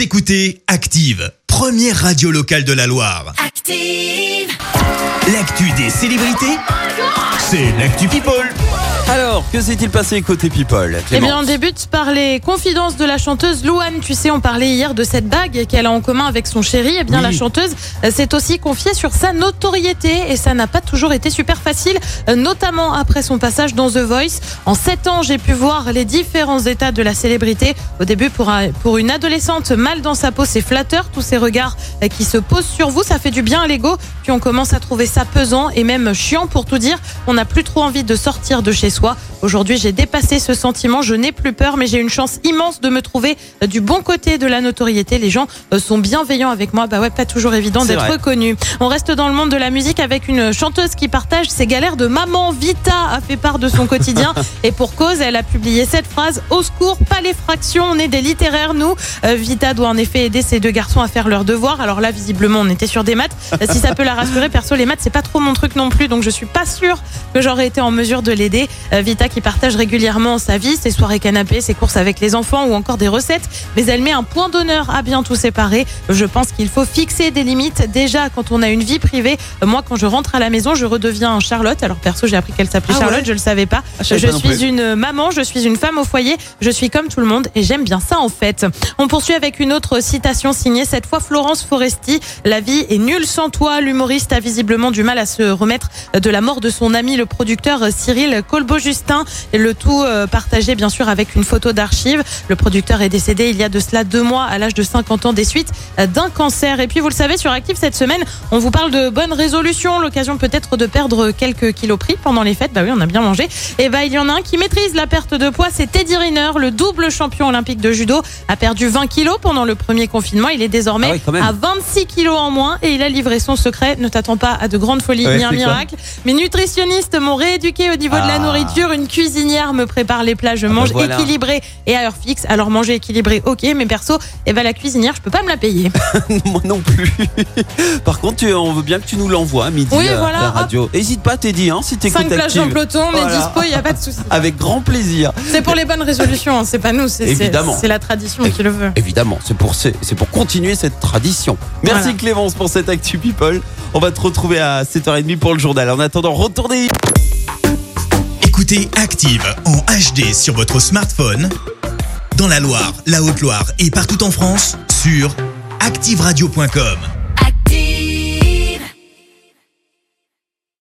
Vous écoutez Active, première radio locale de la Loire. Active. L'actu des célébrités, c'est l'actu People. Alors, que s'est-il passé côté People, Eh Clémence? bien, on débute par les confidences de la chanteuse Louane. Tu sais, on parlait hier de cette bague qu'elle a en commun avec son chéri. Eh bien, Oui. la chanteuse s'est aussi confiée sur sa notoriété et ça n'a pas toujours été super facile, notamment après son passage dans The Voice. En 7 ans, j'ai pu voir les différents états de la célébrité. Au début, pour une adolescente mal dans sa peau, c'est flatteur. Tous ces regards qui se posent sur vous, ça fait du bien à l'ego. Puis on commence à trouver ça pesant et même chiant pour tout dire. On n'a plus trop envie de sortir de chez soi. Aujourd'hui, j'ai dépassé ce sentiment, je n'ai plus peur, mais j'ai une chance immense de me trouver du bon côté de la notoriété. Les gens sont bienveillants avec moi. Bah ouais, pas toujours évident C'est d'être vrai. reconnu. On reste dans le monde de la musique avec une chanteuse qui partage ses galères de maman. Vita a fait part de son quotidien et pour cause, elle a publié cette phrase: au secours, pas les fractions, on est des littéraires, nous. Vita doit en effet aider ses 2 garçons à faire leurs devoirs. Alors là, visiblement, on était sur des maths. Si ça peut la rassurer, perso, les maths, c'est pas trop mon truc non plus, donc je suis pas sûre que j'aurais été en mesure de l'aider. Vita qui partage régulièrement sa vie, ses soirées canapés, ses courses avec les enfants ou encore des recettes, mais elle met un point d'honneur à bien tout séparer. Je pense qu'il faut fixer des limites. Déjà, quand on a une vie privée, moi, quand je rentre à la maison, je redeviens Charlotte. Alors perso, j'ai appris qu'elle s'appelait Charlotte, ouais. je le savais pas. Ah, je savais je pas non suis plus. une maman, je suis une femme au foyer, je suis comme tout le monde et j'aime bien ça en fait. On poursuit avec une autre citation signée, cette fois Florence Foresti. La vie est nulle sans toi. L'humoriste a visiblement du mal à se remettre de la mort de son ami, le producteur Cyril Colbeau-Justin. Le tout partagé bien sûr avec une photo d'archive. Le producteur est décédé il y a de cela 2 mois à l'âge de 50 ans des suites d'un cancer. Et puis vous le savez, sur Active cette semaine, on vous parle de bonnes résolutions, l'occasion peut-être de perdre quelques kilos pris pendant les fêtes. Bah oui, on a bien mangé. Et bah il y en a un qui maîtrise la perte de poids, c'est Teddy Riner, le double champion olympique de judo, a perdu 20 kilos pendant le premier confinement. Il est désormais Ah ouais, quand même. à 26 kilos en moins et il a livré son secret. Ne t'attends pas à de grandes folies Ouais, ni un c'est quoi miracle. Mes nutritionnistes m'ont rééduqué au niveau de la Ah. nourriture. Une cuisinière me prépare les plats. Je bah mange voilà. équilibré et à heure fixe. Alors manger équilibré, ok, mais perso, la cuisinière, je peux pas me la payer. Moi non plus. Par contre, on veut bien que tu nous l'envoies à midi Oui, à voilà, la hop. radio. Hésite pas, Teddy, hein, si t'écoutes 5 plages Active. en peloton, on est Voilà. dispo, il n'y a pas de souci. Avec grand plaisir. C'est pour les bonnes résolutions, hein, c'est pas nous, Évidemment. c'est la tradition qui le veut. Évidemment, c'est pour continuer cette tradition. Merci Voilà. Clémence pour cette Actu People. On va te retrouver à 7h30 pour le journal. En attendant, retournez. Écoutez Active en HD sur votre smartphone, dans la Loire, la Haute-Loire et partout en France, sur activeradio.com.